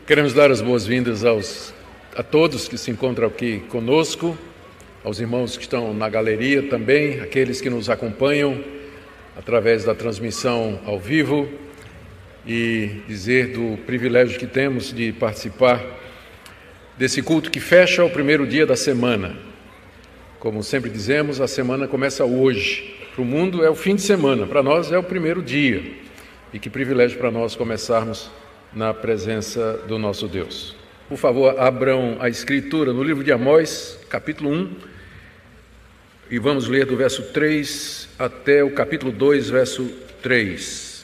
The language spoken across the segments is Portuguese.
Queremos dar as boas-vindas a todos que se encontram aqui conosco, aos irmãos que estão na galeria também, aqueles que nos acompanham através da transmissão ao vivo, e dizer do privilégio que temos de participar desse culto que fecha o primeiro dia da semana. Como sempre dizemos, a semana começa hoje. Para o mundo é o fim de semana, para nós é o primeiro dia. E que privilégio para nós começarmos na presença do nosso Deus. Por favor, abram a Escritura no livro de Amós, capítulo 1, e vamos ler do verso 3 até o capítulo 2, verso 3.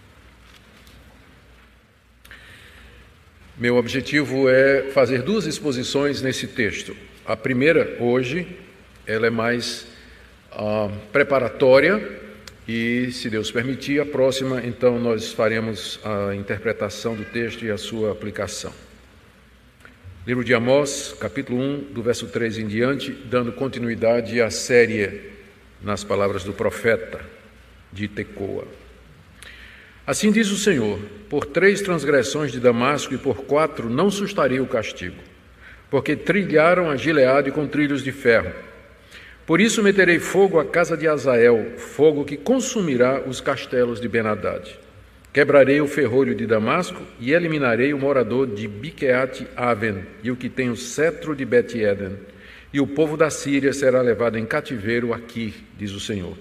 Meu objetivo é fazer duas exposições nesse texto. A primeira, hoje, ela é mais preparatória, e, se Deus permitir, a próxima, então, nós faremos a interpretação do texto e a sua aplicação. Livro de Amós, capítulo 1, do verso 3 em diante, dando continuidade à série nas palavras do profeta de Tecoa. Assim diz o Senhor: por 3 transgressões de Damasco e por 4 não sustarei o castigo, porque trilharam a Gileade com trilhos de ferro. Por isso meterei fogo à casa de Azael, fogo que consumirá os castelos de Ben-Hadad. Quebrarei o ferrolho de Damasco e eliminarei o morador de Biqueate-Aven e o que tem o cetro de Bet-Eden. E o povo da Síria será levado em cativeiro aqui, diz o Senhor.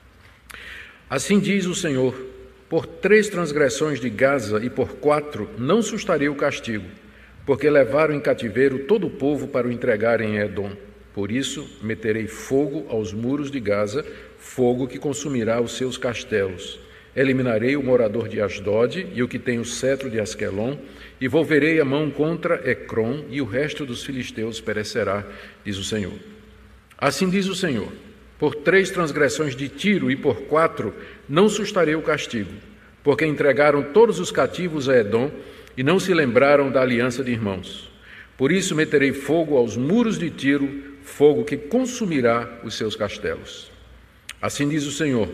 Assim diz o Senhor: por 3 transgressões de Gaza e por 4 não sustarei o castigo, porque levaram em cativeiro todo o povo para o entregarem em Edom. Por isso, meterei fogo aos muros de Gaza, fogo que consumirá os seus castelos. Eliminarei o morador de Asdod e o que tem o cetro de Asquelon, e volverei a mão contra Ecrom, e o resto dos filisteus perecerá, diz o Senhor. Assim diz o Senhor: por 3 transgressões de Tiro e por 4 não sustarei o castigo, porque entregaram todos os cativos a Edom e não se lembraram da aliança de irmãos. Por isso meterei fogo aos muros de Tiro, fogo que consumirá os seus castelos. Assim diz o Senhor: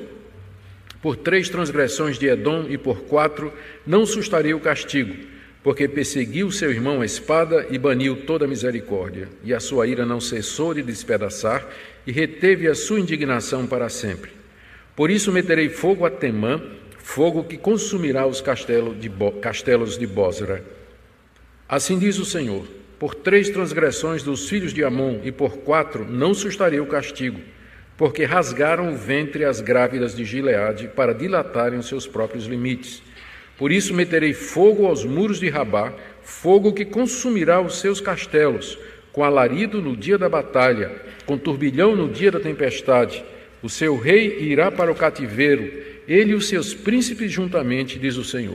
por 3 transgressões de Edom e por 4 não sustarei o castigo, porque perseguiu seu irmão a espada e baniu toda a misericórdia, e a sua ira não cessou de despedaçar, e reteve a sua indignação para sempre. Por isso meterei fogo a Temã, fogo que consumirá os castelos de Bósra. Assim diz o Senhor: por 3 transgressões dos filhos de Amon e por 4 não sustarei o castigo, porque rasgaram o ventre às grávidas de Gileade para dilatarem os seus próprios limites. Por isso meterei fogo aos muros de Rabá, fogo que consumirá os seus castelos, com alarido no dia da batalha, com turbilhão no dia da tempestade. O seu rei irá para o cativeiro, ele e os seus príncipes juntamente, diz o Senhor.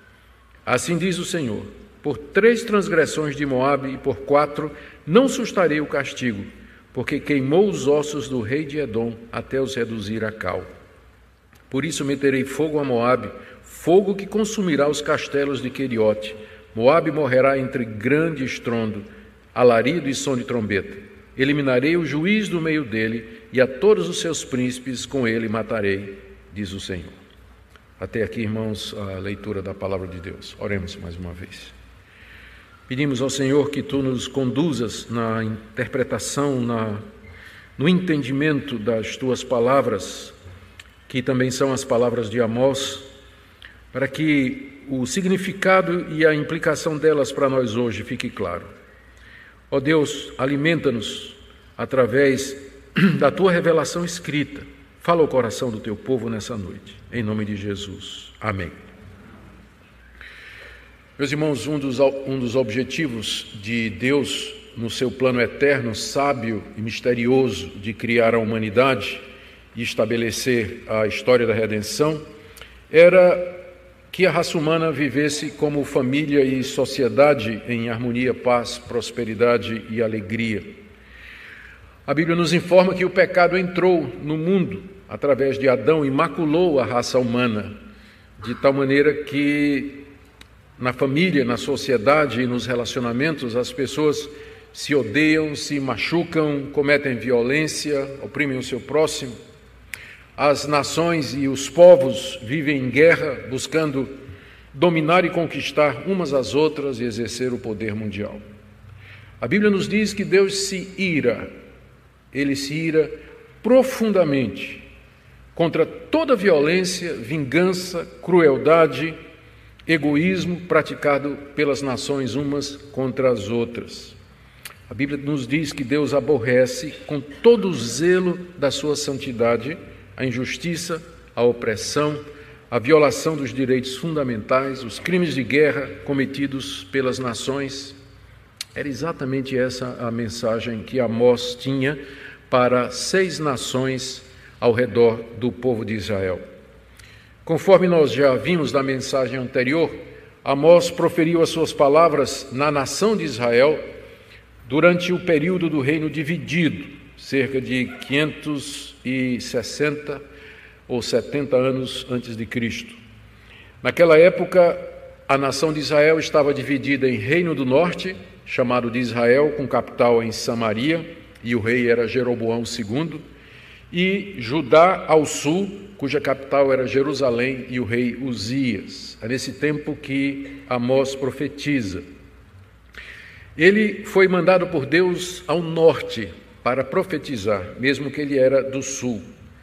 Assim diz o Senhor: por 3 transgressões de Moabe e por 4 não sustarei o castigo, porque queimou os ossos do rei de Edom até os reduzir a cal. Por isso meterei fogo a Moabe, fogo que consumirá os castelos de Queriote. Moabe morrerá entre grande estrondo, alarido e som de trombeta. Eliminarei o juiz do meio dele, e a todos os seus príncipes com ele matarei, diz o Senhor. Até aqui, irmãos, a leitura da palavra de Deus. Oremos mais uma vez. Pedimos ao Senhor que Tu nos conduzas na interpretação, no entendimento das Tuas palavras, que também são as palavras de Amós, para que o significado e a implicação delas para nós hoje fique claro. Ó Deus, alimenta-nos através da Tua revelação escrita. Fala ao coração do Teu povo nessa noite. Em nome de Jesus. Amém. Meus irmãos, um dos objetivos de Deus no seu plano eterno, sábio e misterioso de criar a humanidade e estabelecer a história da redenção, era que a raça humana vivesse como família e sociedade em harmonia, paz, prosperidade e alegria. A Bíblia nos informa que o pecado entrou no mundo através de Adão e maculou a raça humana, de tal maneira que na família, na sociedade e nos relacionamentos, as pessoas se odeiam, se machucam, cometem violência, oprimem o seu próximo. As nações e os povos vivem em guerra, buscando dominar e conquistar umas às outras e exercer o poder mundial. A Bíblia nos diz que Deus se ira, Ele se ira profundamente contra toda violência, vingança, crueldade, egoísmo praticado pelas nações umas contra as outras. A Bíblia nos diz que Deus aborrece com todo o zelo da sua santidade a injustiça, a opressão, a violação dos direitos fundamentais, os crimes de guerra cometidos pelas nações. Era exatamente essa a mensagem que Amós tinha para 6 nações ao redor do povo de Israel. Conforme nós já vimos na mensagem anterior, Amós proferiu as suas palavras na nação de Israel durante o período do reino dividido, cerca de 560 ou 70 anos antes de Cristo. Naquela época, a nação de Israel estava dividida em Reino do Norte, chamado de Israel, com capital em Samaria, e o rei era Jeroboão II, e Judá ao sul, cuja capital era Jerusalém, e o rei Uzias. É nesse tempo que Amós profetiza. Ele foi mandado por Deus ao norte para profetizar, mesmo que ele era do sul.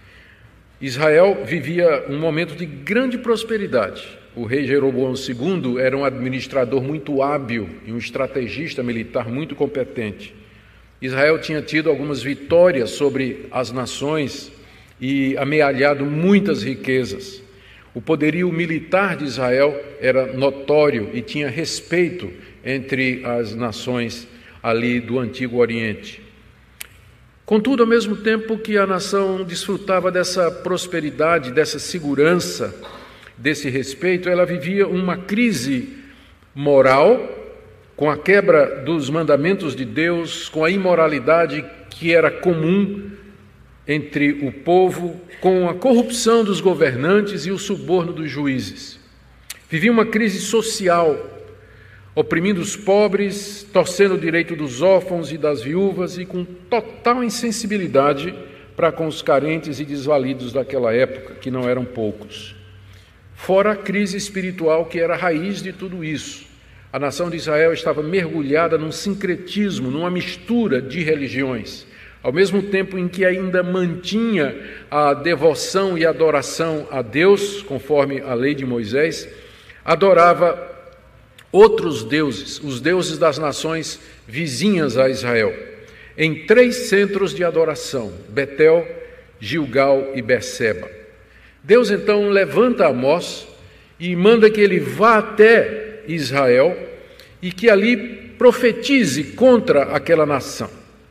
Israel vivia um momento de grande prosperidade. O rei Jeroboão II era um administrador muito hábil e um estrategista militar muito competente. Israel tinha tido algumas vitórias sobre as nações e amealhado muitas riquezas. O poderio militar de Israel era notório e tinha respeito entre as nações ali do Antigo Oriente. Contudo, ao mesmo tempo que a nação desfrutava dessa prosperidade, dessa segurança, desse respeito, ela vivia uma crise moral, com a quebra dos mandamentos de Deus, com a imoralidade que era comum entre o povo, com a corrupção dos governantes e o suborno dos juízes. Vivia uma crise social, oprimindo os pobres, torcendo o direito dos órfãos e das viúvas e com total insensibilidade para com os carentes e desvalidos daquela época, que não eram poucos. Fora a crise espiritual que era a raiz de tudo isso. A nação de Israel estava mergulhada num sincretismo, numa mistura de religiões, ao mesmo tempo em que ainda mantinha a devoção e adoração a Deus, conforme a lei de Moisés, adorava outros deuses, os deuses das nações vizinhas a Israel, em 3 centros de adoração, Betel, Gilgal e Berseba. Deus então levanta Amós e manda que ele vá até Israel e que ali profetize contra aquela nação.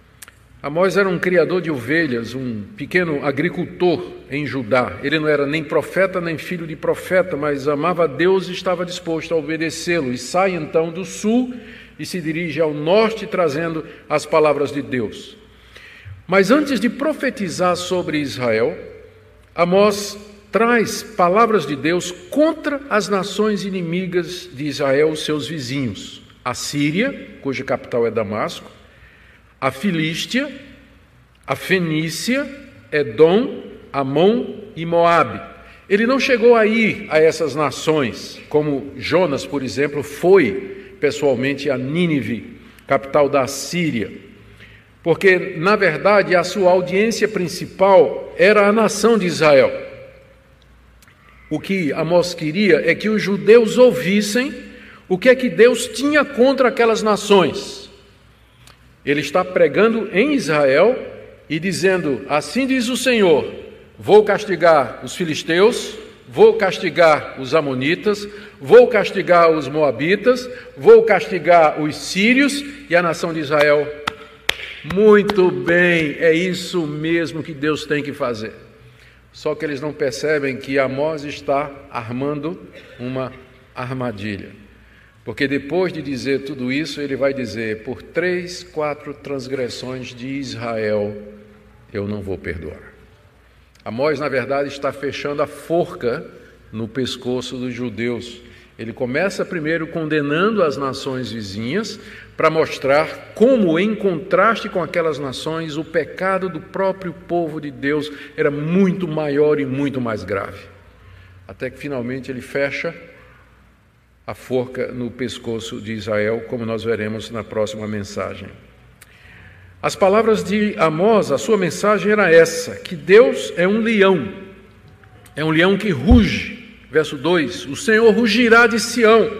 Amós era um criador de ovelhas, um pequeno agricultor em Judá. Ele não era nem profeta nem filho de profeta, mas amava a Deus e estava disposto a obedecê-lo. E sai então do sul e se dirige ao norte, trazendo as palavras de Deus. Mas antes de profetizar sobre Israel, Amós traz palavras de Deus contra as nações inimigas de Israel, os seus vizinhos. A Síria, cuja capital é Damasco, a Filístia, a Fenícia, Edom, Amon e Moabe. Ele não chegou a ir a essas nações, como Jonas, por exemplo, foi pessoalmente a Nínive, capital da Síria, porque, na verdade, a sua audiência principal era a nação de Israel. O que Amós queria é que os judeus ouvissem o que é que Deus tinha contra aquelas nações. Ele está pregando em Israel e dizendo: assim diz o Senhor, vou castigar os filisteus, vou castigar os amonitas, vou castigar os moabitas, vou castigar os sírios. E a nação de Israel: muito bem, é isso mesmo que Deus tem que fazer. Só que eles não percebem que Amós está armando uma armadilha. Porque depois de dizer tudo isso, ele vai dizer: por 3, 4 transgressões de Israel, eu não vou perdoar. Amós, na verdade, está fechando a forca no pescoço dos judeus. Ele começa primeiro condenando as nações vizinhas, para mostrar como, em contraste com aquelas nações, o pecado do próprio povo de Deus era muito maior e muito mais grave. Até que finalmente ele fecha a forca no pescoço de Israel, como nós veremos na próxima mensagem. As palavras de Amós, a sua mensagem era essa, que Deus é um leão que ruge. Verso 2, o Senhor rugirá de Sião,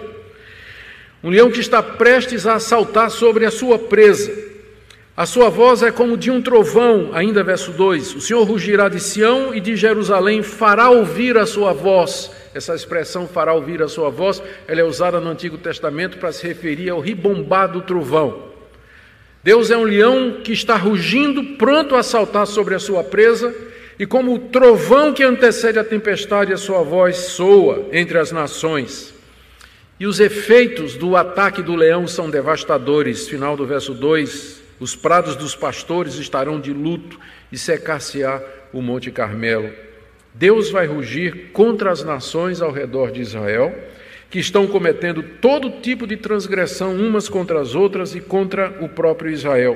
um leão que está prestes a saltar sobre a sua presa. A sua voz é como de um trovão, ainda verso 2, o Senhor rugirá de Sião e de Jerusalém, fará ouvir a sua voz. Essa expressão, fará ouvir a sua voz, ela é usada no Antigo Testamento para se referir ao ribombar do trovão. Deus é um leão que está rugindo, pronto a saltar sobre a sua presa, e como o trovão que antecede a tempestade, a sua voz soa entre as nações. E os efeitos do ataque do leão são devastadores. Final do verso 2, os prados dos pastores estarão de luto e secar-se-á o Monte Carmelo. Deus vai rugir contra as nações ao redor de Israel, que estão cometendo todo tipo de transgressão umas contra as outras e contra o próprio Israel.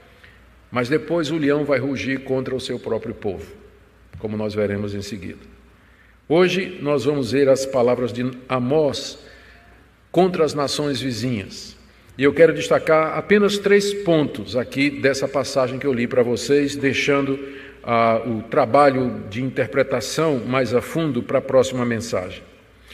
Mas depois o leão vai rugir contra o seu próprio povo, como nós veremos em seguida. Hoje nós vamos ver as palavras de Amós contra as nações vizinhas. E eu quero destacar apenas 3 pontos aqui dessa passagem que eu li para vocês, deixando o trabalho de interpretação mais a fundo para a próxima mensagem.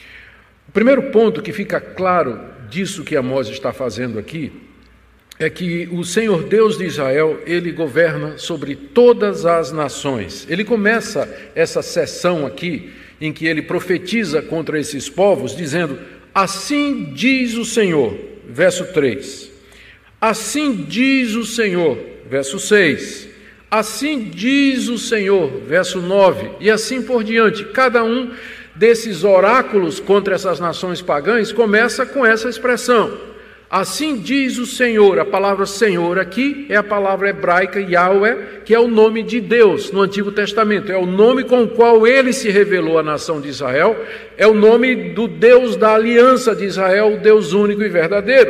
O primeiro ponto que fica claro disso que Amós está fazendo aqui é que o Senhor Deus de Israel, Ele governa sobre todas as nações. Ele começa essa sessão aqui, em que ele profetiza contra esses povos, dizendo, assim diz o Senhor, verso 3. Assim diz o Senhor, verso 6. Assim diz o Senhor, verso 9. E assim por diante. Cada um desses oráculos contra essas nações pagãs começa com essa expressão. Assim diz o Senhor. A palavra Senhor aqui é a palavra hebraica Yahweh, que é o nome de Deus no Antigo Testamento. É o nome com o qual ele se revelou à nação de Israel. É o nome do Deus da aliança de Israel, o Deus único e verdadeiro.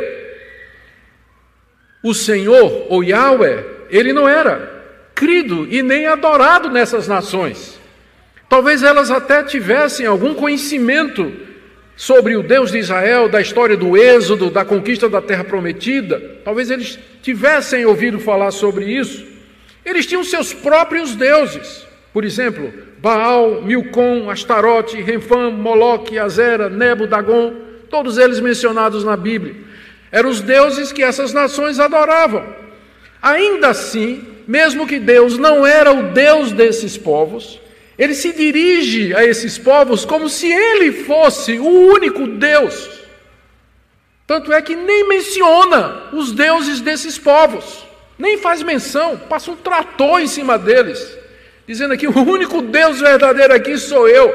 O Senhor, ou Yahweh, ele não era crido e nem adorado nessas nações. Talvez elas até tivessem algum conhecimento sobre o Deus de Israel, da história do Êxodo, da conquista da Terra Prometida. Talvez eles tivessem ouvido falar sobre isso. Eles tinham seus próprios deuses. Por exemplo, Baal, Milcom, Astarote, Renfã, Moloque, Azera, Nebo, Dagon, todos eles mencionados na Bíblia. Eram os deuses que essas nações adoravam. Ainda assim, mesmo que Deus não era o Deus desses povos, ele se dirige a esses povos como se ele fosse o único Deus. Tanto é que nem menciona os deuses desses povos, nem faz menção, passa um trator em cima deles, dizendo aqui, o único Deus verdadeiro aqui sou eu.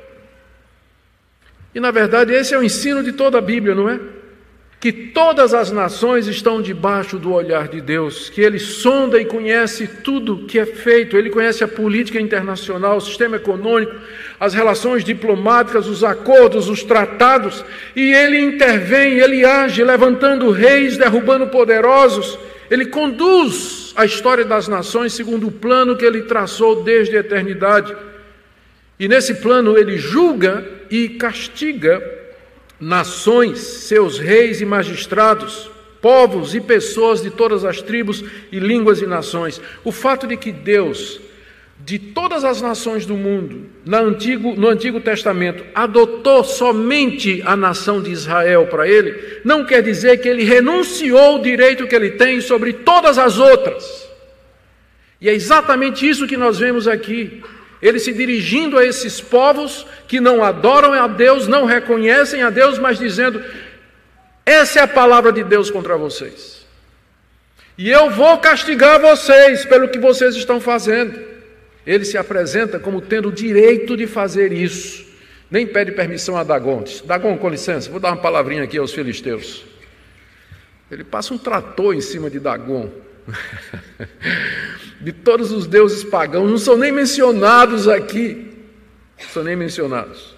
E na verdade esse é o ensino de toda a Bíblia, não é? Que todas as nações estão debaixo do olhar de Deus, que Ele sonda e conhece tudo que é feito, Ele conhece a política internacional, o sistema econômico, as relações diplomáticas, os acordos, os tratados, e Ele intervém, Ele age, levantando reis, derrubando poderosos, Ele conduz a história das nações segundo o plano que Ele traçou desde a eternidade. E nesse plano Ele julga e castiga nações, seus reis e magistrados, povos e pessoas de todas as tribos e línguas e nações. O fato de que Deus, de todas as nações do mundo, no Antigo Testamento, adotou somente a nação de Israel para ele, não quer dizer que ele renunciou o direito que ele tem sobre todas as outras. E é exatamente isso que nós vemos aqui. Ele se dirigindo a esses povos que não adoram a Deus, não reconhecem a Deus, mas dizendo, essa é a palavra de Deus contra vocês. E eu vou castigar vocês pelo que vocês estão fazendo. Ele se apresenta como tendo o direito de fazer isso. Nem pede permissão a Dagon. Diz, Dagon, com licença, vou dar uma palavrinha aqui aos filisteus. Ele passa um trator em cima de Dagon. De todos os deuses pagãos, não são nem mencionados aqui. Não são nem mencionados.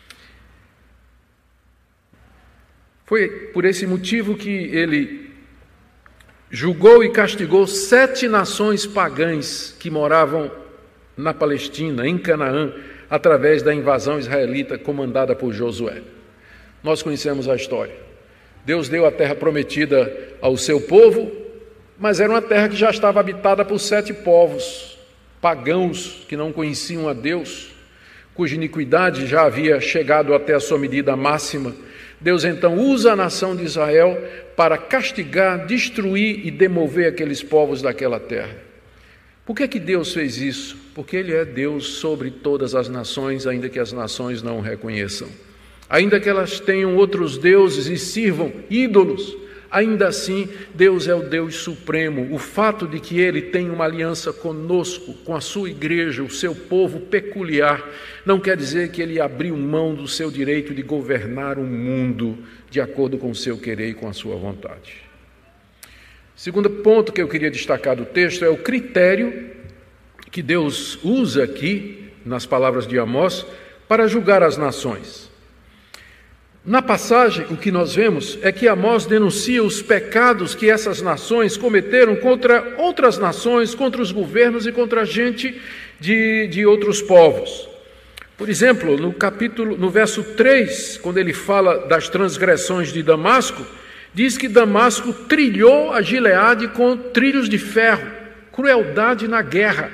Foi por esse motivo que ele julgou e castigou 7 nações pagãs que moravam na Palestina, em Canaã, através da invasão israelita comandada por Josué. Nós conhecemos a história. Deus deu a terra prometida ao seu povo, mas era uma terra que já estava habitada por 7 povos pagãos que não conheciam a Deus, cuja iniquidade já havia chegado até a sua medida máxima. Deus então usa a nação de Israel para castigar, destruir e demover aqueles povos daquela terra. Por que Deus fez isso? Porque Ele é Deus sobre todas as nações, ainda que as nações não o reconheçam. Ainda que elas tenham outros deuses e sirvam ídolos, ainda assim Deus é o Deus supremo. O fato de que Ele tem uma aliança conosco, com a sua igreja, o seu povo peculiar, não quer dizer que Ele abriu mão do seu direito de governar o mundo de acordo com o seu querer e com a sua vontade. Segundo ponto que eu queria destacar do texto é o critério que Deus usa aqui, nas palavras de Amós, para julgar as nações. Na passagem, o que nós vemos é que Amós denuncia os pecados que essas nações cometeram contra outras nações, contra os governos e contra a gente de outros povos. Por exemplo, no verso 3, quando ele fala das transgressões de Damasco, diz que Damasco trilhou a Gileade com trilhos de ferro, crueldade na guerra,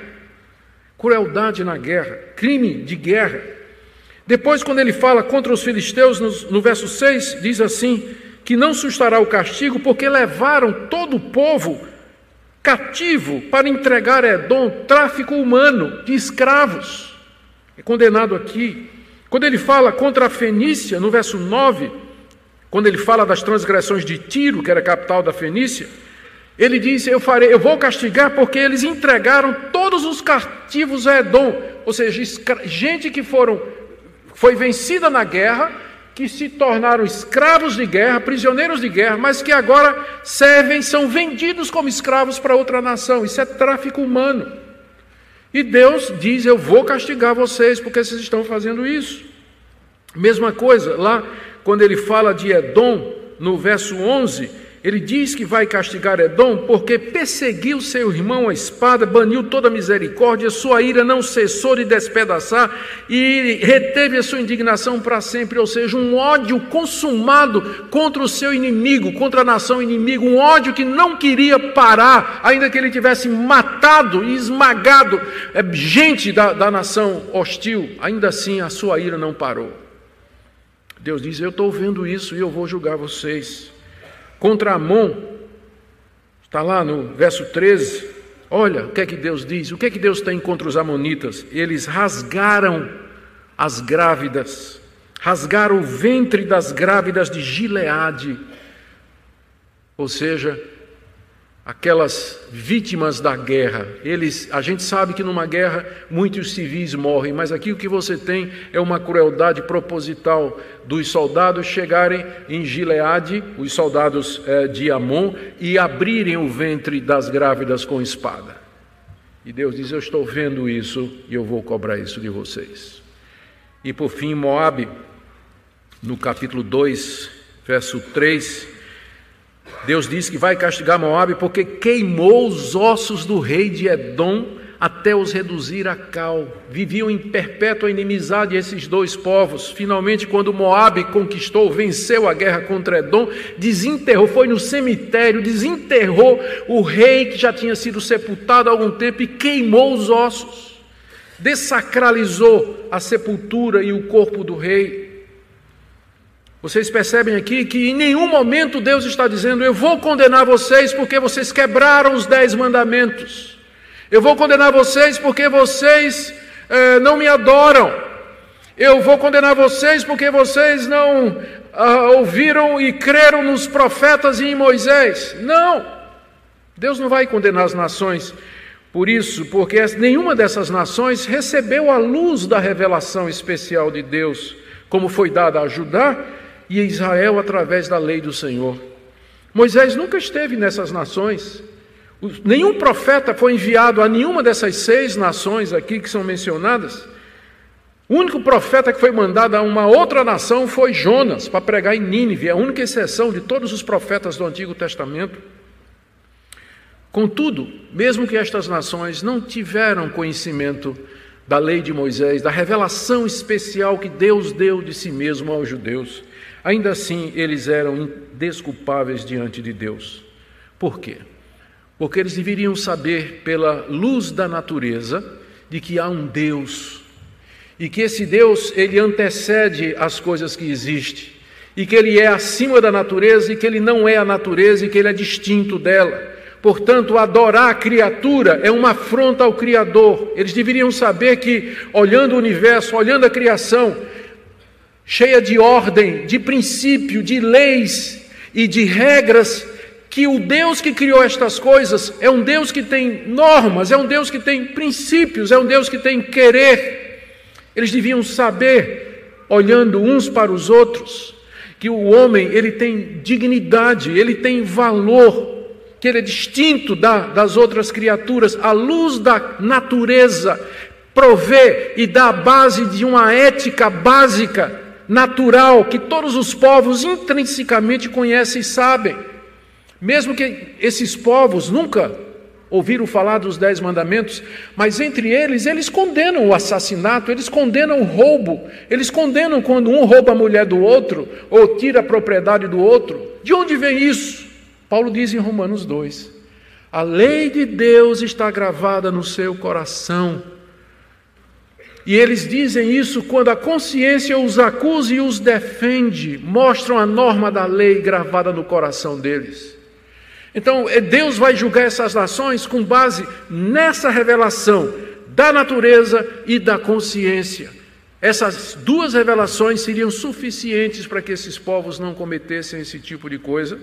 crime de guerra. Depois, quando ele fala contra os filisteus, no verso 6, diz assim, que não sustará o castigo, porque levaram todo o povo cativo para entregar a Edom, tráfico humano de escravos. É condenado aqui. Quando ele fala contra a Fenícia, no verso 9, quando ele fala das transgressões de Tiro, que era a capital da Fenícia, ele diz, eu vou castigar porque eles entregaram todos os cativos a Edom, ou seja, gente que foi vencida na guerra, que se tornaram escravos de guerra, prisioneiros de guerra, mas que agora são vendidos como escravos para outra nação. Isso é tráfico humano. E Deus diz, eu vou castigar vocês porque vocês estão fazendo isso. Mesma coisa, lá quando ele fala de Edom, no verso 11, ele diz que vai castigar Edom porque perseguiu seu irmão à espada, baniu toda a misericórdia, sua ira não cessou de despedaçar e reteve a sua indignação para sempre, ou seja, um ódio consumado contra o seu inimigo, contra a nação inimiga, um ódio que não queria parar, ainda que ele tivesse matado e esmagado gente da nação hostil, ainda assim a sua ira não parou. Deus diz, eu estou vendo isso e eu vou julgar vocês. Contra Amon, está lá no verso 13, olha o que é que Deus diz, o que é que Deus tem contra os amonitas? Eles rasgaram as grávidas, rasgaram o ventre das grávidas de Gileade, ou seja, aquelas vítimas da guerra. A gente sabe que numa guerra muitos civis morrem, mas aqui o que você tem é uma crueldade proposital dos soldados chegarem em Gileade, os soldados de Amon, e abrirem o ventre das grávidas com espada. E Deus diz, eu estou vendo isso e eu vou cobrar isso de vocês. E por fim, Moabe, no capítulo 2, verso 3, Deus diz que vai castigar Moabe porque queimou os ossos do rei de Edom até os reduzir a cal. Viviam em perpétua inimizade esses dois povos. Finalmente, quando Moabe venceu a guerra contra Edom, foi no cemitério, desenterrou o rei que já tinha sido sepultado há algum tempo e queimou os ossos. Dessacralizou a sepultura e o corpo do rei. Vocês percebem aqui que em nenhum momento Deus está dizendo, eu vou condenar vocês porque vocês quebraram os 10 mandamentos. Eu vou condenar vocês porque vocês não me adoram. Eu vou condenar vocês porque vocês não ouviram e creram nos profetas e em Moisés. Não! Deus não vai condenar as nações por isso, porque nenhuma dessas nações recebeu a luz da revelação especial de Deus, como foi dada a Judá e a Israel através da lei do Senhor. Moisés nunca esteve nessas nações. Nenhum profeta foi enviado a nenhuma dessas 6 nações aqui que são mencionadas. O único profeta que foi mandado a uma outra nação foi Jonas, para pregar em Nínive, a única exceção de todos os profetas do Antigo Testamento. Contudo, mesmo que estas nações não tiveram conhecimento da lei de Moisés, da revelação especial que Deus deu de si mesmo aos judeus, ainda assim eles eram indesculpáveis diante de Deus. Por quê? Porque eles deveriam saber, pela luz da natureza, de que há um Deus, e que esse Deus, ele antecede as coisas que existem, e que ele é acima da natureza, e que ele não é a natureza, e que ele é distinto dela. Portanto, adorar a criatura é uma afronta ao Criador. Eles deveriam saber que, olhando o universo, olhando a criação, cheia de ordem, de princípio, de leis e de regras, que o Deus que criou estas coisas é um Deus que tem normas, é um Deus que tem princípios, é um Deus que tem querer. Eles deviam saber, olhando uns para os outros, que o homem, ele tem dignidade, ele tem valor, que ele é distinto das outras criaturas. A luz da natureza provê e dá a base de uma ética básica, natural, que todos os povos intrinsecamente conhecem e sabem. Mesmo que esses povos nunca ouviram falar dos 10 mandamentos, mas entre eles condenam o assassinato, eles condenam o roubo, eles condenam quando um rouba a mulher do outro, ou tira a propriedade do outro. De onde vem isso? Paulo diz em Romanos 2, a lei de Deus está gravada no seu coração. E eles dizem isso quando a consciência os acusa e os defende, mostram a norma da lei gravada no coração deles. Então, Deus vai julgar essas nações com base nessa revelação da natureza e da consciência. Essas duas revelações seriam suficientes para que esses povos não cometessem esse tipo de coisa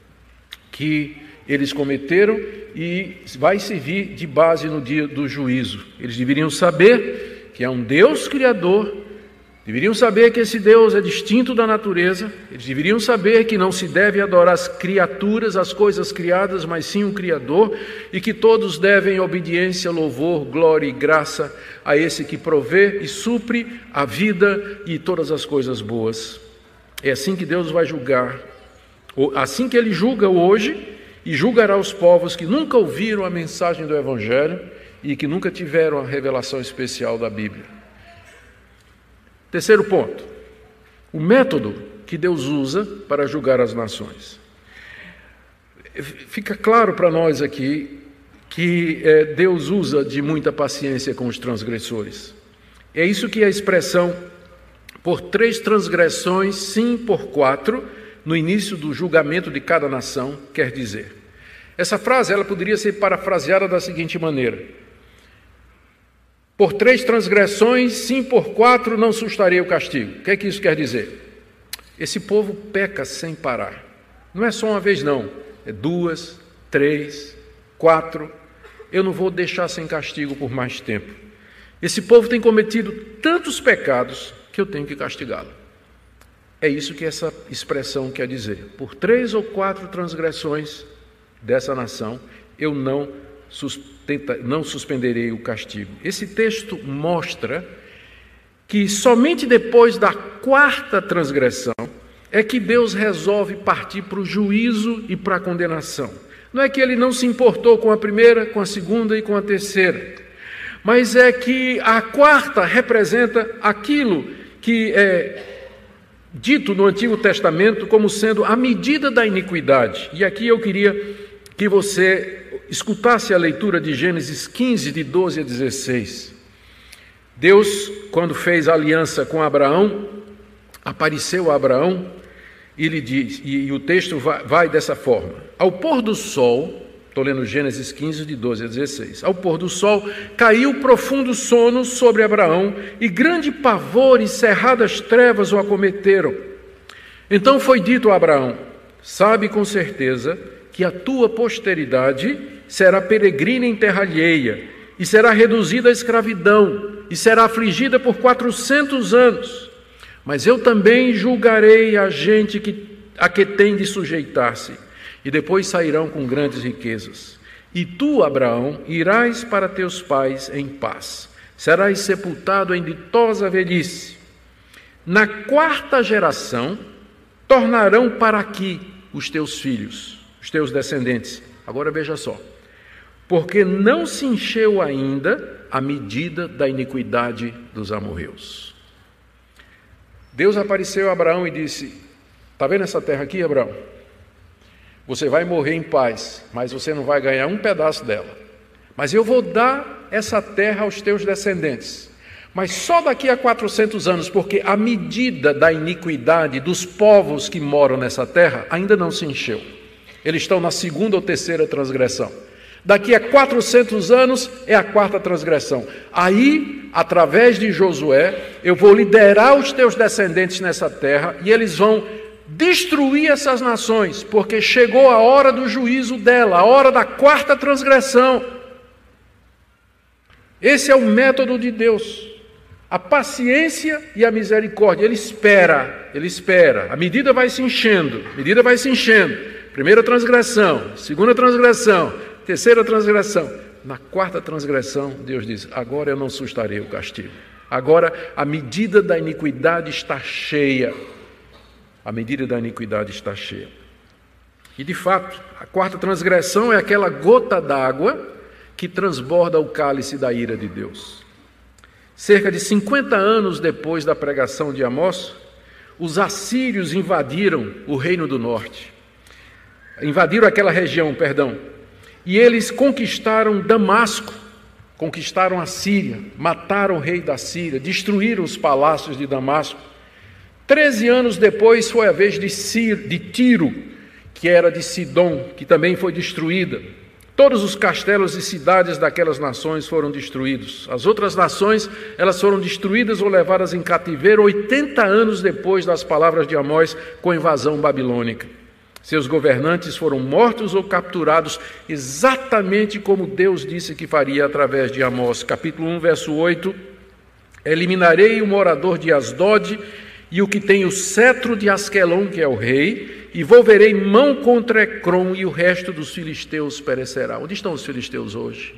que eles cometeram, e vai servir de base no dia do juízo. Eles deveriam saber que há um Deus Criador, deveriam saber que esse Deus é distinto da natureza, eles deveriam saber que não se deve adorar as criaturas, as coisas criadas, mas sim o Criador, e que todos devem obediência, louvor, glória e graça a esse que provê e supre a vida e todas as coisas boas. É assim que Deus vai julgar, assim que Ele julga hoje, e julgará os povos que nunca ouviram a mensagem do Evangelho e que nunca tiveram a revelação especial da Bíblia. Terceiro ponto, o método que Deus usa para julgar as nações. Fica claro para nós aqui que Deus usa de muita paciência com os transgressores. É isso que a expressão por 3 transgressões, sim por 4, no início do julgamento de cada nação, quer dizer. Essa frase ela poderia ser parafraseada da seguinte maneira: por 3 transgressões, sim por 4, não sustarei o castigo. O que é que isso quer dizer? Esse povo peca sem parar. Não é só uma vez não, é 2, 3, 4. Eu não vou deixar sem castigo por mais tempo. Esse povo tem cometido tantos pecados que eu tenho que castigá-lo. É isso que essa expressão quer dizer. Por 3 ou 4 transgressões dessa nação, eu não suspenderei o castigo. Esse texto mostra que somente depois da 4ª transgressão é que Deus resolve partir para o juízo e para a condenação. Não é que Ele não se importou com a primeira, com a segunda e com a terceira, mas é que a 4ª representa aquilo que é dito no Antigo Testamento como sendo a medida da iniquidade. E aqui eu queria que você escutasse a leitura de Gênesis 15, de 12 a 16. Deus, quando fez aliança com Abraão, apareceu a Abraão e lhe diz, e o texto vai dessa forma: ao pôr do sol, estou lendo Gênesis 15, de 12 a 16, ao pôr do sol, caiu profundo sono sobre Abraão, e grande pavor e cerradas trevas o acometeram. Então foi dito a Abraão: sabe com certeza que a tua posteridade será peregrina em terra alheia, e será reduzida à escravidão, e será afligida por 400 anos. Mas eu também julgarei a gente a que tem de sujeitar-se, e depois sairão com grandes riquezas. E tu, Abraão, irás para teus pais em paz. Serás sepultado em ditosa velhice. Na 4ª geração, tornarão para aqui os teus filhos, os teus descendentes. Agora veja só. Porque não se encheu ainda a medida da iniquidade dos amorreus. Deus apareceu a Abraão e disse: Está vendo essa terra aqui, Abraão? Você vai morrer em paz, mas você não vai ganhar um pedaço dela. Mas eu vou dar essa terra aos teus descendentes. Mas só daqui a 400 anos, porque a medida da iniquidade dos povos que moram nessa terra ainda não se encheu. Eles estão na segunda ou terceira transgressão. Daqui a 400 anos é a quarta transgressão. Aí, através de Josué, eu vou liderar os teus descendentes nessa terra e eles vão destruir essas nações, porque chegou a hora do juízo dela, a hora da quarta transgressão. Esse é o método de Deus. A paciência e a misericórdia. Ele espera. A medida vai se enchendo. Primeira transgressão, segunda transgressão, terceira transgressão. Na quarta transgressão, Deus diz: agora eu não sustarei o castigo. Agora a medida da iniquidade está cheia. A medida da iniquidade está cheia. E de fato, a quarta transgressão é aquela gota d'água que transborda o cálice da ira de Deus. Cerca de 50 anos depois da pregação de Amós, os assírios invadiram o reino do norte. Invadiram aquela região, e eles conquistaram Damasco, conquistaram a Síria, mataram o rei da Síria, destruíram os palácios de Damasco. 13 anos depois foi a vez de Tiro, que era de Sidom, que também foi destruída. Todos os castelos e cidades daquelas nações foram destruídos. As outras nações, elas foram destruídas ou levadas em cativeiro 80 anos depois das palavras de Amós com a invasão babilônica. Seus governantes foram mortos ou capturados exatamente como Deus disse que faria através de Amós. Capítulo 1, verso 8: eliminarei o morador de Asdod e o que tem o cetro de Asquelon, que é o rei, e volverei mão contra Ecrom, e o resto dos filisteus perecerá. Onde estão os filisteus hoje?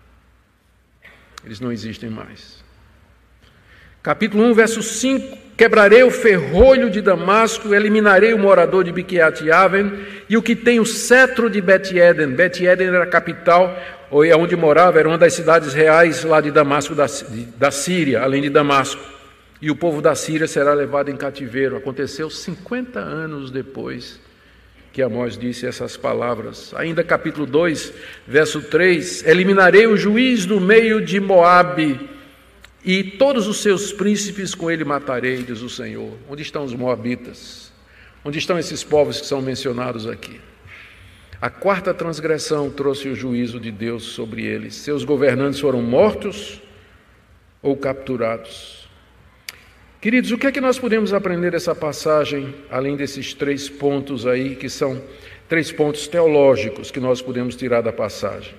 Eles não existem mais. Capítulo 1, verso 5: quebrarei o ferrolho de Damasco, eliminarei o morador de Biquiat-Aven, e o que tem o cetro de Bet-Eden. Bet-Eden era a capital, ou é onde morava, era uma das cidades reais lá de Damasco, da Síria, além de Damasco. E o povo da Síria será levado em cativeiro. Aconteceu 50 anos depois que Amós disse essas palavras. Ainda capítulo 2, verso 3: eliminarei o juiz do meio de Moabe, e todos os seus príncipes com ele matarei, diz o Senhor. Onde estão os moabitas? Onde estão esses povos que são mencionados aqui? A quarta transgressão trouxe o juízo de Deus sobre eles. Seus governantes foram mortos ou capturados. Queridos, o que é que nós podemos aprender dessa passagem, além desses 3 pontos aí, que são 3 pontos teológicos que nós podemos tirar da passagem?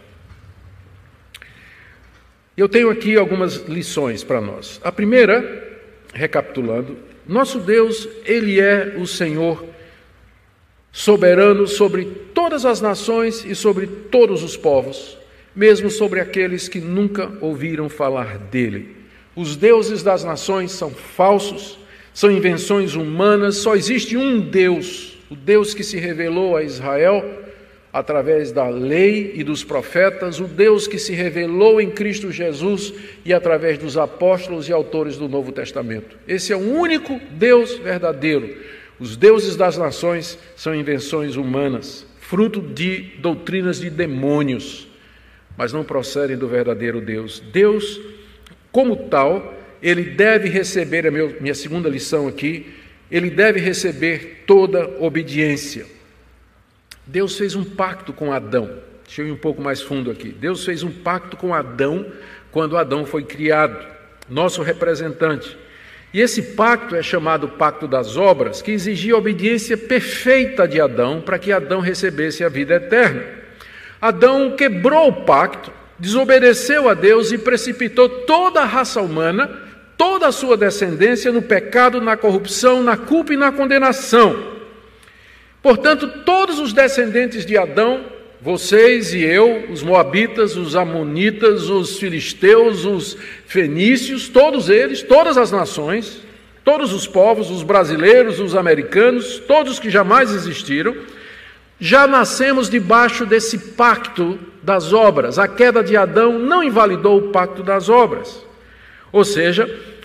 Eu tenho aqui algumas lições para nós. A primeira, recapitulando: nosso Deus, Ele é o Senhor soberano sobre todas as nações e sobre todos os povos, mesmo sobre aqueles que nunca ouviram falar dEle. Os deuses das nações são falsos, são invenções humanas, só existe um Deus, o Deus que se revelou a Israel através da lei e dos profetas, o Deus que se revelou em Cristo Jesus e através dos apóstolos e autores do Novo Testamento. Esse é o único Deus verdadeiro. Os deuses das nações são invenções humanas, fruto de doutrinas de demônios, mas não procedem do verdadeiro Deus. Deus, como tal, ele deve receber, minha segunda lição aqui, ele deve receber toda obediência. Deus fez um pacto com Adão. Deixa eu ir um pouco mais fundo aqui. Deus fez um pacto com Adão quando Adão foi criado, nosso representante. E esse pacto é chamado Pacto das Obras, que exigia a obediência perfeita de Adão para que Adão recebesse a vida eterna. Adão quebrou o pacto, desobedeceu a Deus e precipitou toda a raça humana, toda a sua descendência no pecado, na corrupção, na culpa e na condenação. Portanto, todos os descendentes de Adão, vocês e eu, os moabitas, os amonitas, os filisteus, os fenícios, todos eles, todas as nações, todos os povos, os brasileiros, os americanos, todos que jamais existiram, já nascemos debaixo desse pacto das obras. A queda de Adão não invalidou o pacto das obras. Ou seja,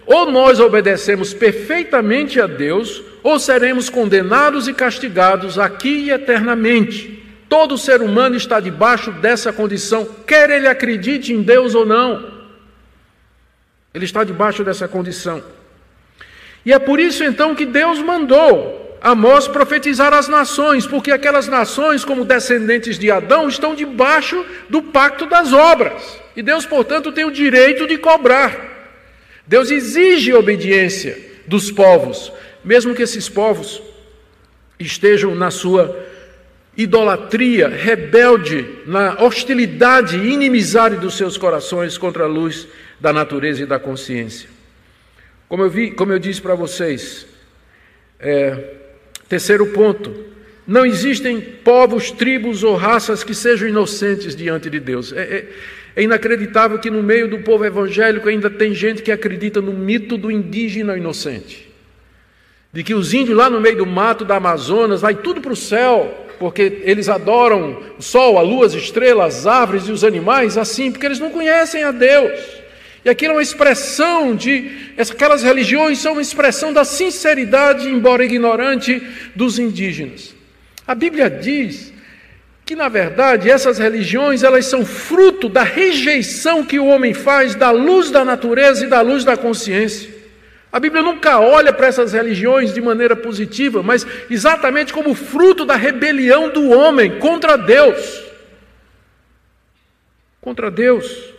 ou nós obedecemos perfeitamente a Deus, ou seremos condenados e castigados aqui e eternamente. Todo ser humano está debaixo dessa condição, quer ele acredite em Deus ou não. Ele está debaixo dessa condição. E é por isso então que Deus mandou Amós profetizar às nações, porque aquelas nações, como descendentes de Adão, estão debaixo do pacto das obras. E Deus, portanto, tem o direito de cobrar. Deus exige obediência dos povos, mesmo que esses povos estejam na sua idolatria, rebelde, na hostilidade e inimizade dos seus corações contra a luz da natureza e da consciência. Como eu disse para vocês, terceiro ponto, não existem povos, tribos ou raças que sejam inocentes diante de Deus. É inacreditável que no meio do povo evangélico ainda tem gente que acredita no mito do indígena inocente. De que os índios lá no meio do mato da Amazonas, vai tudo para o céu, porque eles adoram o sol, a lua, as estrelas, as árvores e os animais, assim, porque eles não conhecem a Deus. E aquilo é uma expressão aquelas religiões são uma expressão da sinceridade, embora ignorante, dos indígenas. A Bíblia diz que, na verdade, essas religiões, elas são fruto da rejeição que o homem faz da luz da natureza e da luz da consciência. A Bíblia nunca olha para essas religiões de maneira positiva, mas exatamente como fruto da rebelião do homem contra Deus. Contra Deus.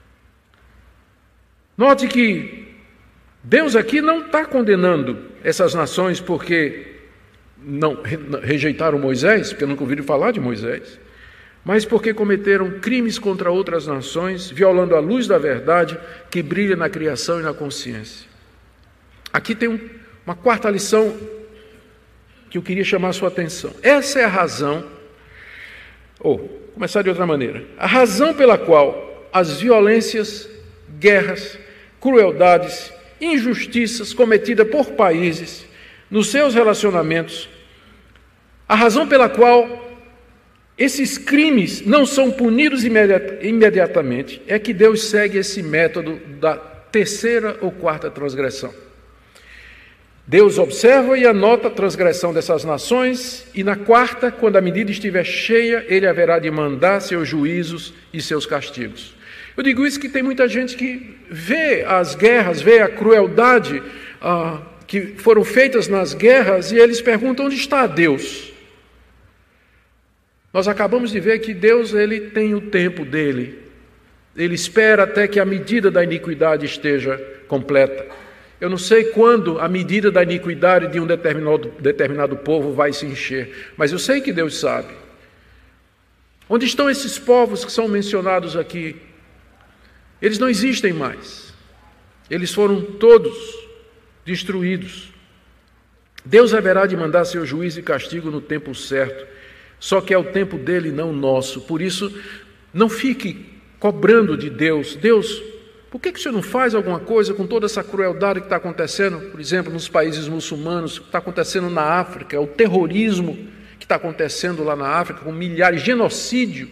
Note que Deus aqui não está condenando essas nações porque não rejeitaram Moisés, porque nunca ouviram falar de Moisés, mas porque cometeram crimes contra outras nações, violando a luz da verdade que brilha na criação e na consciência. Aqui tem uma quarta lição que eu queria chamar a sua atenção. Essa é a razão, começar de outra maneira, a razão pela qual as violências, guerras, crueldades, injustiças cometidas por países nos seus relacionamentos, a razão pela qual esses crimes não são punidos imediatamente é que Deus segue esse método da terceira ou quarta transgressão. Deus observa e anota a transgressão dessas nações, e na quarta, quando a medida estiver cheia, ele haverá de mandar seus juízos e seus castigos. Eu digo isso que tem muita gente que vê as guerras, vê a crueldade que foram feitas nas guerras, e eles perguntam: onde está Deus? Nós acabamos de ver que Deus, ele tem o tempo dele. Ele espera até que a medida da iniquidade esteja completa. Eu não sei quando a medida da iniquidade de um determinado povo vai se encher, mas eu sei que Deus sabe. Onde estão esses povos que são mencionados aqui? Eles não existem mais. Eles foram todos destruídos. Deus haverá de mandar seu juízo e castigo no tempo certo, só que é o tempo dele, não o nosso. Por isso, não fique cobrando de Deus: Deus, por que o Senhor não faz alguma coisa com toda essa crueldade que está acontecendo, por exemplo, nos países muçulmanos, que está acontecendo na África, o terrorismo que está acontecendo lá na África, com milhares, genocídio.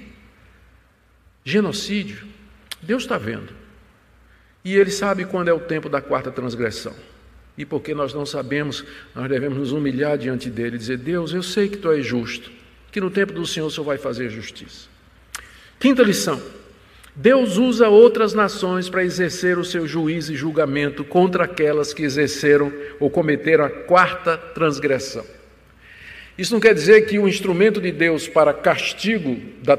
Deus está vendo. E Ele sabe quando é o tempo da quarta transgressão. E porque nós não sabemos, nós devemos nos humilhar diante dEle e dizer: Deus, eu sei que Tu és justo, que no tempo do Senhor o Senhor vai fazer justiça. Quinta lição: Deus usa outras nações para exercer o seu juízo e julgamento contra aquelas que exerceram ou cometeram a quarta transgressão. Isso não quer dizer que o instrumento de Deus para castigo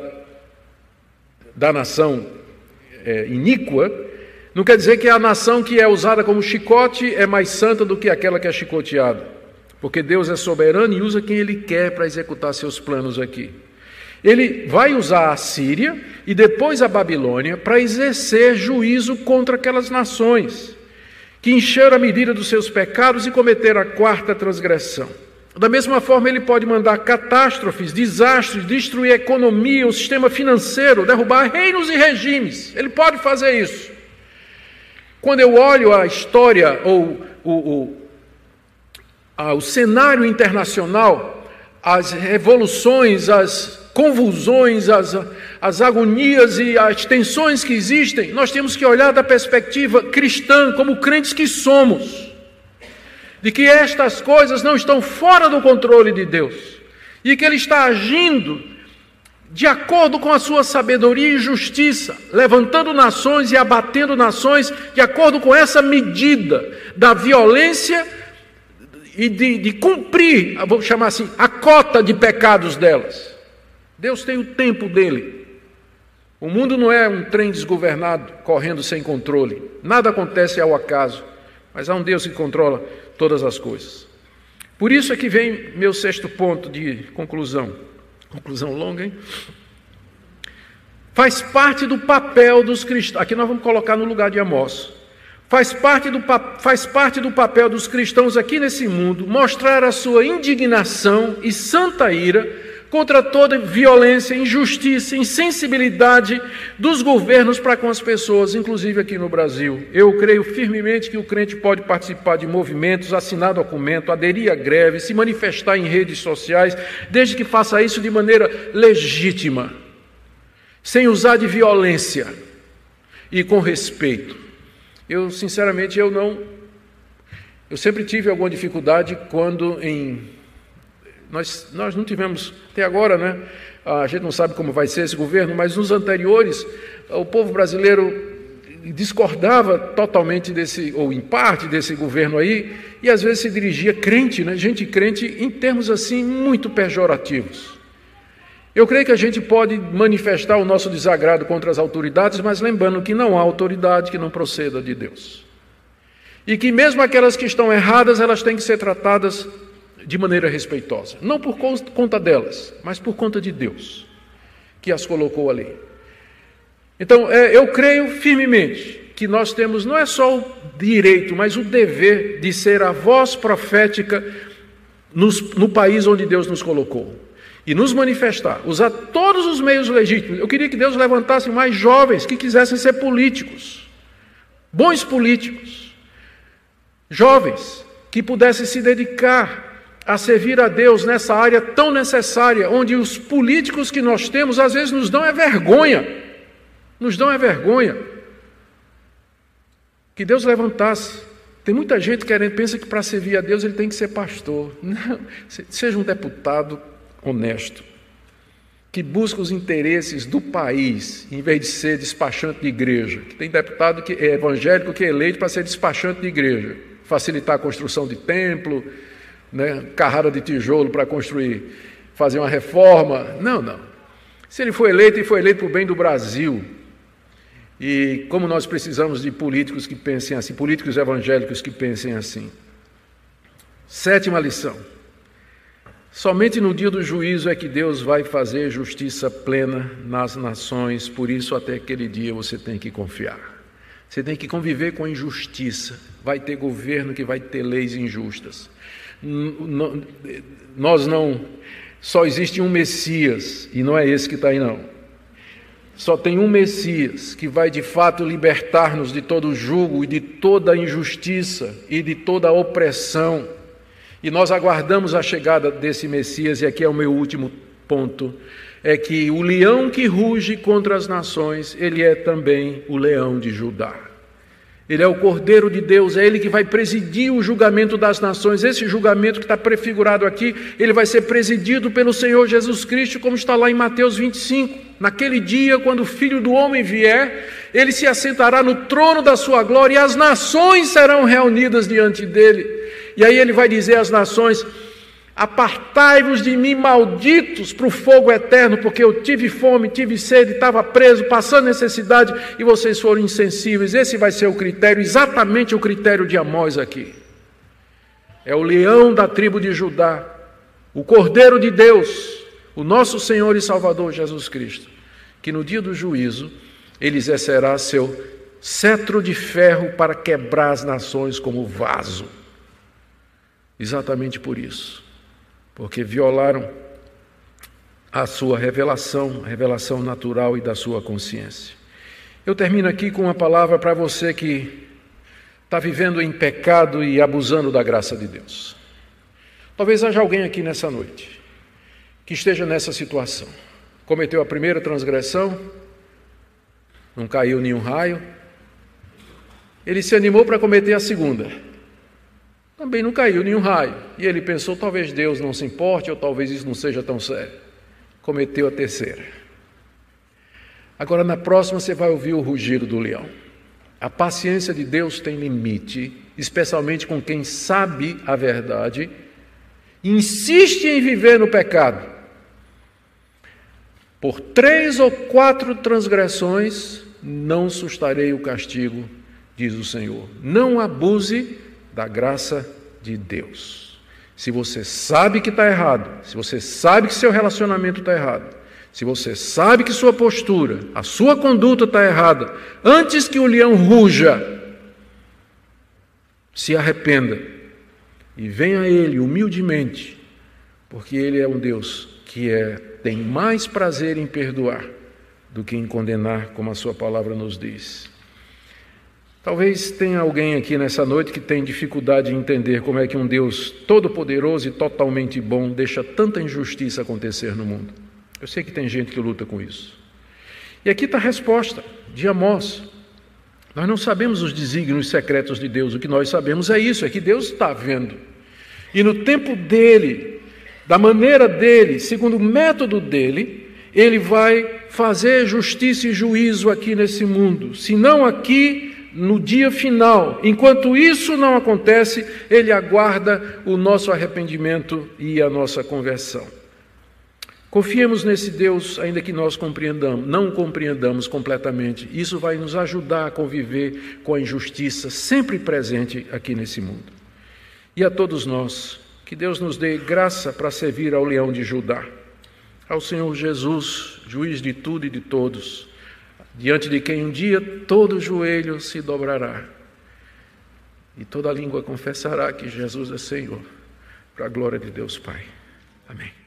da nação iníqua, não quer dizer que a nação que é usada como chicote é mais santa do que aquela que é chicoteada, porque Deus é soberano e usa quem Ele quer para executar seus planos aqui. Ele vai usar a Síria e depois a Babilônia para exercer juízo contra aquelas nações que encheram a medida dos seus pecados e cometeram a quarta transgressão. Da mesma forma, Ele pode mandar catástrofes, desastres, destruir a economia, o sistema financeiro, derrubar reinos e regimes. Ele pode fazer isso. Quando eu olho a história ou o cenário internacional, as revoluções, as convulsões, as agonias e as tensões que existem, nós temos que olhar da perspectiva cristã, como crentes que somos, de que estas coisas não estão fora do controle de Deus, e que Ele está agindo de acordo com a sua sabedoria e justiça, levantando nações e abatendo nações, de acordo com essa medida da violência e de cumprir, vou chamar assim, a cota de pecados delas. Deus tem o tempo dele. O mundo não é um trem desgovernado, correndo sem controle. Nada acontece ao acaso, mas há um Deus que controla todas as coisas. Por isso é que vem meu sexto ponto de conclusão. Conclusão longa, hein? Faz parte do papel dos cristãos. Aqui nós vamos colocar no lugar de Amós. Faz parte do papel dos cristãos aqui nesse mundo mostrar a sua indignação e santa ira contra toda violência, injustiça, insensibilidade dos governos para com as pessoas, inclusive aqui no Brasil. Eu creio firmemente que o crente pode participar de movimentos, assinar documento, aderir a greve, se manifestar em redes sociais, desde que faça isso de maneira legítima, sem usar de violência e com respeito. Eu, sinceramente, eu sempre tive alguma dificuldade quando nós não tivemos, até agora, né? A gente não sabe como vai ser esse governo, mas nos anteriores, o povo brasileiro discordava totalmente ou em parte desse governo aí, e às vezes se dirigia crente, né? Gente crente, em termos assim muito pejorativos. Eu creio que a gente pode manifestar o nosso desagrado contra as autoridades, mas lembrando que não há autoridade que não proceda de Deus. E que mesmo aquelas que estão erradas, elas têm que ser tratadas de maneira respeitosa. Não por conta delas, mas por conta de Deus, que as colocou ali. Então, eu creio firmemente que nós temos não é só o direito, mas o dever de ser a voz profética no país onde Deus nos colocou. E nos manifestar, usar todos os meios legítimos. Eu queria que Deus levantasse mais jovens que quisessem ser políticos, bons políticos, jovens que pudessem se dedicar a servir a Deus nessa área tão necessária, onde os políticos que nós temos, às vezes, nos dão vergonha. Nos dão vergonha. Que Deus levantasse. Tem muita gente que pensa que para servir a Deus ele tem que ser pastor. Não, seja um deputado honesto, que busca os interesses do país, em vez de ser despachante de igreja. Que tem deputado que é evangélico que é eleito para ser despachante de igreja, facilitar a construção de templo, né, carrada de tijolo para construir, fazer uma reforma. Não. Se ele foi eleito, ele foi eleito para o bem do Brasil. E como nós precisamos de políticos que pensem assim, políticos evangélicos que pensem assim. Sétima lição. Somente no dia do juízo é que Deus vai fazer justiça plena nas nações, por isso até aquele dia você tem que confiar. Você tem que conviver com a injustiça. Vai ter governo que vai ter leis injustas. Só existe um Messias, e não é esse que está aí não. Só tem um Messias que vai de fato libertar-nos de todo jugo e de toda injustiça e de toda opressão. E nós aguardamos a chegada desse Messias, e aqui é o meu último ponto, é que o leão que ruge contra as nações, ele é também o leão de Judá. Ele é o Cordeiro de Deus, é Ele que vai presidir o julgamento das nações. Esse julgamento que está prefigurado aqui, ele vai ser presidido pelo Senhor Jesus Cristo, como está lá em Mateus 25. Naquele dia, quando o Filho do Homem vier, Ele se assentará no trono da sua glória e as nações serão reunidas diante dEle. E aí Ele vai dizer às nações: apartai-vos de mim, malditos, para o fogo eterno, porque eu tive fome, tive sede, estava preso, passando necessidade, e vocês foram insensíveis. Esse vai ser o critério, exatamente o critério de Amós aqui. É o leão da tribo de Judá, o Cordeiro de Deus, o nosso Senhor e Salvador Jesus Cristo, que no dia do juízo, Ele exercerá seu cetro de ferro para quebrar as nações como vaso. Exatamente por isso. Porque violaram a sua revelação, a revelação natural e da sua consciência. Eu termino aqui com uma palavra para você que está vivendo em pecado e abusando da graça de Deus. Talvez haja alguém aqui nessa noite que esteja nessa situação. cometeu a primeira transgressão, não caiu nenhum raio. Ele se animou para cometer a segunda. Também não caiu nenhum raio. E ele pensou, talvez Deus não se importe, ou talvez isso não seja tão sério. Cometeu a terceira. Agora, na próxima, você vai ouvir o rugido do leão. A paciência de Deus tem limite, especialmente com quem sabe a verdade, insiste em viver no pecado. Por 3 ou 4 transgressões, não sustarei o castigo, diz o Senhor. Não abuse da graça de Deus. Se você sabe que está errado, se você sabe que seu relacionamento está errado, se você sabe que sua postura, a sua conduta está errada, antes que o leão ruja, se arrependa e venha a Ele humildemente, porque Ele é um Deus que tem mais prazer em perdoar do que em condenar, como a sua palavra nos diz. Talvez tenha alguém aqui nessa noite que tem dificuldade em entender como é que um Deus todo-poderoso e totalmente bom deixa tanta injustiça acontecer no mundo. Eu sei que tem gente que luta com isso. E aqui está a resposta de Amós. Nós não sabemos os desígnios secretos de Deus, o que nós sabemos é isso, é que Deus está vendo. E no tempo dele, da maneira dele, segundo o método dele, ele vai fazer justiça e juízo aqui nesse mundo. Se não aqui, no dia final. Enquanto isso não acontece, ele aguarda o nosso arrependimento e a nossa conversão. Confiemos nesse Deus, ainda que nós não compreendamos completamente. Isso vai nos ajudar a conviver com a injustiça sempre presente aqui nesse mundo. E a todos nós, que Deus nos dê graça para servir ao leão de Judá, ao Senhor Jesus, juiz de tudo e de todos, diante de quem um dia todo joelho se dobrará e toda língua confessará que Jesus é Senhor, para a glória de Deus Pai. Amém.